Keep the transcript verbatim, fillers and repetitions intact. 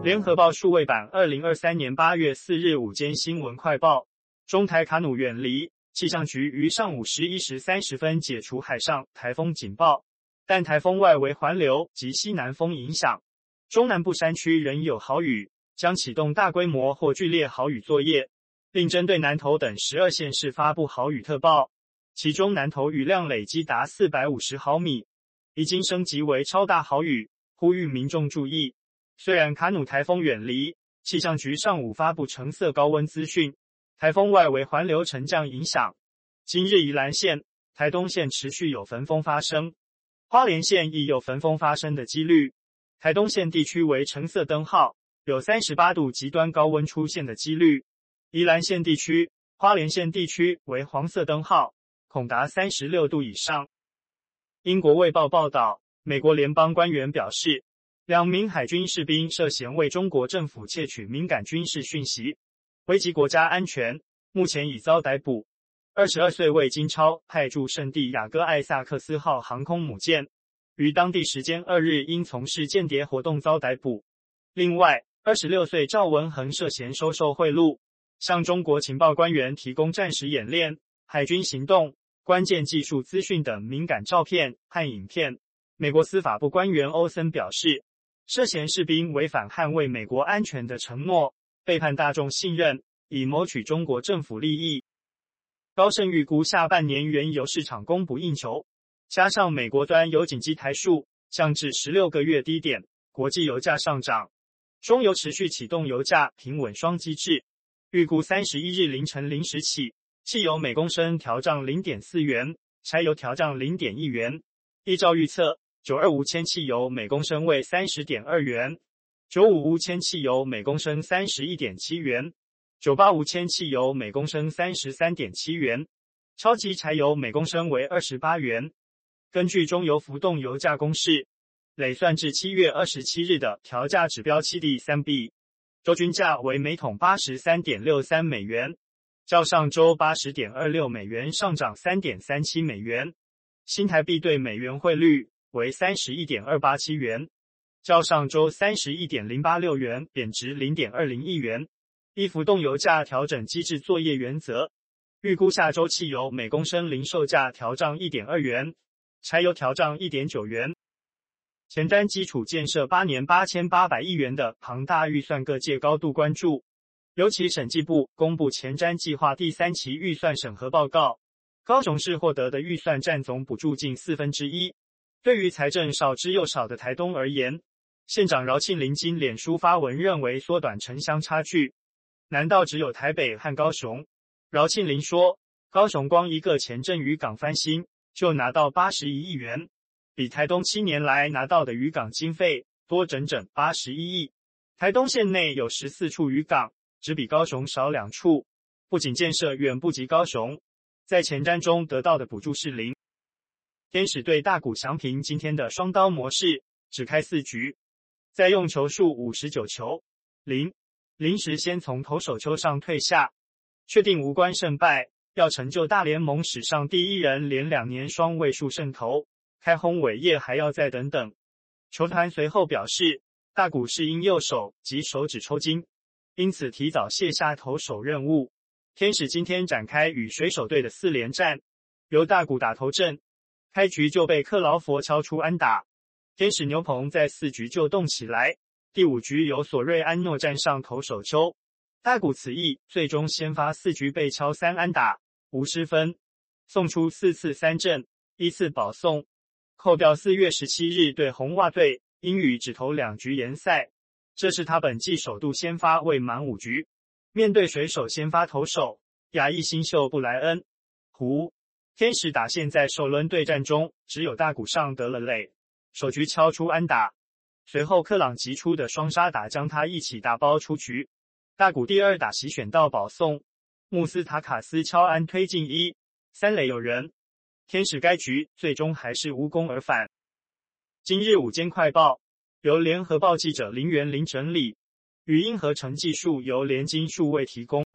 联合报数位版二零二三年八月四日午间新闻快报：中台卡努远离，气象局于上午十一时三十分解除海上台风警报，但台风外围环流及西南风影响，中南部山区仍有豪雨，将启动大规模或剧烈豪雨作业，并针对南投等十二县市发布豪雨特报，其中南投雨量累积达四百五十毫米，已经升级为超大豪雨，呼吁民众注意。虽然卡努台风远离，气象局上午发布橙色高温资讯，台风外围环流沉降影响，今日宜兰县、台东县持续有焚风发生，花莲县亦有焚风发生的几率，台东县地区为橙色灯号，有三十八度极端高温出现的几率，宜兰县地区、花莲县地区为黄色灯号，恐达三十六度以上。英国卫报报道，美国联邦官员表示，两名海军士兵涉嫌为中国政府窃取敏感军事讯息，危及国家安全，目前已遭逮捕。二十二岁魏金超派驻圣地亚哥艾萨克斯号航空母舰，于当地时间二日因从事间谍活动遭逮捕。另外，二十六岁赵文恒涉嫌收受贿赂，向中国情报官员提供战时演练、海军行动、关键技术资讯等敏感照片和影片。美国司法部官员欧森表示，涉嫌士兵违反捍卫美国安全的承诺，背叛大众信任，以谋取中国政府利益。高盛预估下半年原油市场供不应求，加上美国端油井基台数降至十六个月低点，国际油价上涨，中油持续启动油价平稳双机制，预估三十一日凌晨零时起，汽油每公升调涨 零点四元，柴油调涨 零点一元。依照预测，九二五铅汽油每公升为 三十点二元，九五五铅汽油每公升 三十一点七元，九八五铅汽油每公升 三十三点七元，超级柴油每公升为二十八元。根据中油浮动油价公式，累算至七月二十七日的调价指标 七 D 三 B， 周均价为每桶 八十三点六三美元，较上周 八十点二六美元上涨 三点三七美元，新台币对美元汇率为 三十一点二八七元，较上周 三十一点零八六元贬值 零点二零亿元。依浮动油价调整机制作业原则，预估下周汽油每公升零售价调涨 一点二元，柴油调涨 一点九元。前瞻基础建设八年八千八百亿元的庞大预算，各界高度关注。尤其审计部公布前瞻计划第三期预算审核报告，高雄市获得的预算占总补助近四分之一。对于财政少之又少的台东而言，县长饶庆铃今脸书发文认为缩短城乡差距，难道只有台北和高雄？饶庆铃说，高雄光一个前镇渔港翻新就拿到八十一亿元，比台东七年来拿到的渔港经费多整整八十一亿。台东县内有十四处渔港，只比高雄少两处，不仅建设远不及高雄，在前瞻中得到的补助是零。天使队大谷翔平今天的双刀模式只开四局，在用球数五十九球，零临时先从投手丘上退下，确定无关胜败，要成就大联盟史上第一人连两年双位数胜投，开轰伟业还要再等等。球团随后表示，大谷是因右手及手指抽筋，因此提早卸下投手任务。天使今天展开与水手队的四连战，由大谷打头阵，开局就被克劳佛敲出安打，天使牛棚在四局就动起来，第五局由索瑞安诺站上投手丘，大谷此役最终先发四局被敲三安打，无失分，送出四次三振，依次保送，扣掉四月十七日对红袜队因雨只投两局延赛，这是他本季首度先发未满五局。面对水手先发投手亚裔新秀布莱恩胡，天使打线在首轮对战中只有大谷上得了垒，首局敲出安打，随后克朗击出的双杀打将他一起打包出局。大谷第二打席选到保送，穆斯塔卡斯敲安推进一三垒有人，天使该局最终还是无功而返。今日午间快报由联合报记者林元林整理，语音合成技术由联经数位提供。